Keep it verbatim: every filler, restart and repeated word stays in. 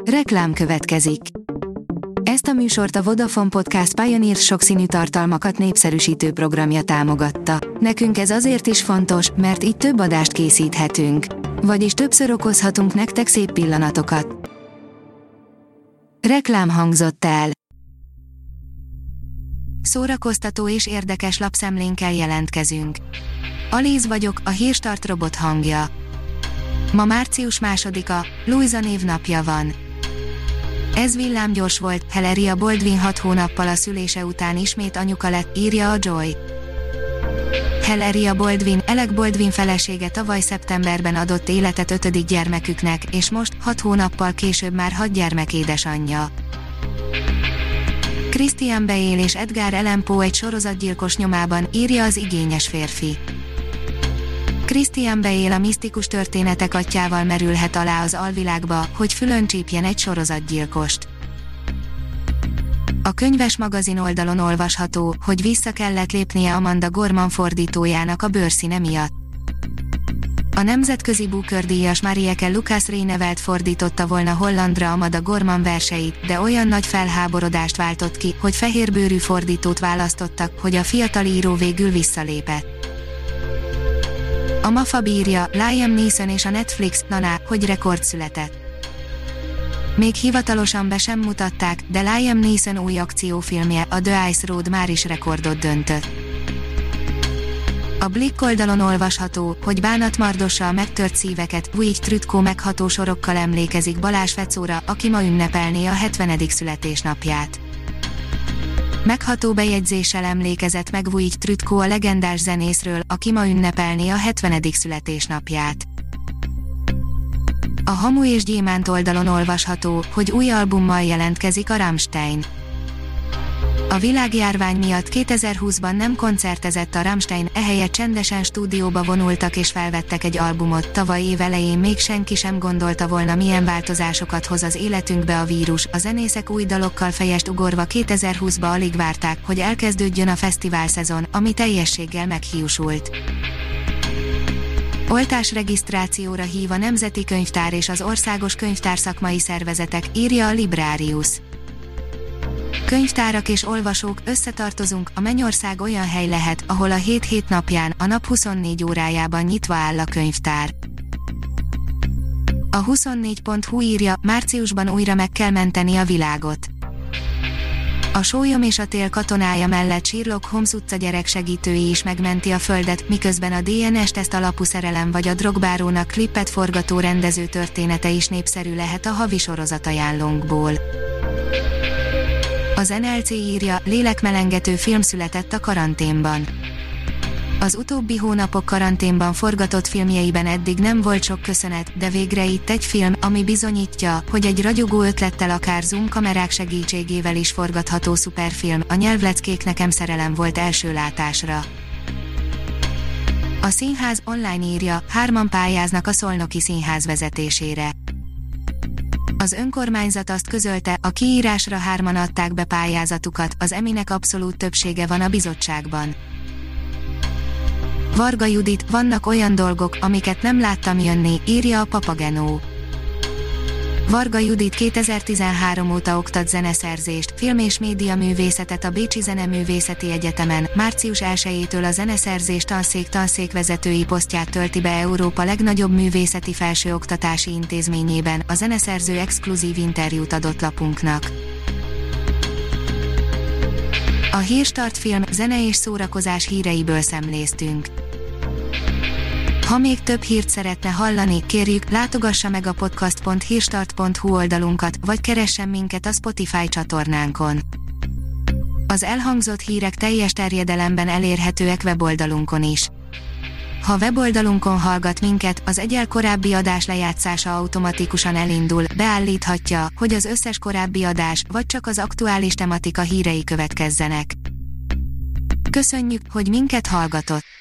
Reklám következik. Ezt a műsort a Vodafone Podcast Pioneer sokszínű tartalmakat népszerűsítő programja támogatta. Nekünk ez azért is fontos, mert így több adást készíthetünk. Vagyis többször okozhatunk nektek szép pillanatokat. Reklám hangzott el. Szórakoztató és érdekes lapszemlénkkel jelentkezünk. Alíz vagyok, a Hírstart robot hangja. Ma március másodika, Luisa névnapja van. Ez villámgyors volt, Hilaria Baldwin hat hónappal a szülése után ismét anyuka lett, írja a Joy. Hilaria Baldwin, Alec Baldwin felesége tavaly szeptemberben adott életet ötödik gyermeküknek, és most, hat hónappal később már hat gyermek édesanyja. Christian Bale és Edgar Allan Poe egy sorozatgyilkos nyomában, írja az Igényes férfi. Christian Bale a misztikus történetek atyjával merülhet alá az alvilágba, hogy fülön csípjen egy sorozatgyilkost. A Könyves magazin oldalon olvasható, hogy vissza kellett lépnie Amanda Gorman fordítójának a bőrszíne miatt. A nemzetközi Booker-díjas Marieke Lucas Reinevelt fordította volna hollandra Amanda Gorman verseit, de olyan nagy felháborodást váltott ki, hogy fehérbőrű fordítót választottak, hogy a fiatal író végül visszalépett. A MAFA bírja, Liam Neeson és a Netflix, naná, hogy rekord született. Még hivatalosan be sem mutatták, de Liam Neeson új akciófilmje, a The Ice Road már is rekordot döntött. A Blick oldalon olvasható, hogy bánatmardossal megtört szíveket, Vujicic Trütko megható sorokkal emlékezik Balázs Fecóra, aki ma ünnepelné a hetvenedik születésnapját. Megható bejegyzéssel emlékezett meg Vujicic Trütko a legendás zenészről, aki ma ünnepelné a hetvenedik születésnapját. A Hamu és Gyémánt oldalon olvasható, hogy új albummal jelentkezik a Rammstein. A világjárvány miatt kétezer-húszban nem koncertezett a Rammstein, ehelyett csendesen stúdióba vonultak és felvettek egy albumot. Tavaly év elején még senki sem gondolta volna, milyen változásokat hoz az életünkbe a vírus. A zenészek új dalokkal fejest ugorva kétezer-húszba alig várták, hogy elkezdődjön a fesztiválszezon, ami teljességgel meghiúsult. Oltásregisztrációra hív a Nemzeti Könyvtár és az országos könyvtárszakmai szervezetek, írja a Librarius. Könyvtárak és olvasók, összetartozunk, a mennyország olyan hely lehet, ahol a hét hét napján, a nap huszonnégy órájában nyitva áll a könyvtár. A huszonnégy pont hu írja, márciusban újra meg kell menteni a világot. A sólyom és a tél katonája mellett Sherlock Holmes utca gyereksegítői is megmenti a földet, miközben a dé en es-teszt alapú szerelem vagy a drogbárónak klippet forgató rendező története is népszerű lehet a havi sorozatajánlónkból. Az en el cé írja, lélekmelengető film született a karanténban. Az utóbbi hónapok karanténban forgatott filmjeiben eddig nem volt sok köszönet, de végre itt egy film, ami bizonyítja, hogy egy ragyogó ötlettel akár zoom kamerák segítségével is forgatható szuperfilm. A Nyelvleckék nekem szerelem volt első látásra. A Színház online írja, hárman pályáznak a Szolnoki Színház vezetésére. Az önkormányzat azt közölte, a kiírásra hárman adták be pályázatukat, az Eminek abszolút többsége van a bizottságban. Varga Judit, vannak olyan dolgok, amiket nem láttam jönni, írja a Papagenó. Varga Judit kétezer-tizenhárom óta oktat zeneszerzést, film- és médiaművészetet a Bécsi Zeneművészeti Egyetemen, március elsejétől a zeneszerzés tanszék tanszékvezetői posztját tölti be Európa legnagyobb művészeti felsőoktatási intézményében, a zeneszerző exkluzív interjút adott lapunknak. A Hírstart film, zene és szórakozás híreiből szemléztünk. Ha még több hírt szeretne hallani, kérjük, látogassa meg a podcast pont hírstart pont hu oldalunkat, vagy keressen minket a Spotify csatornánkon. Az elhangzott hírek teljes terjedelemben elérhetőek weboldalunkon is. Ha weboldalunkon hallgat minket, az egyel korábbi adás lejátszása automatikusan elindul, beállíthatja, hogy az összes korábbi adás, vagy csak az aktuális tematika hírei következzenek. Köszönjük, hogy minket hallgatott!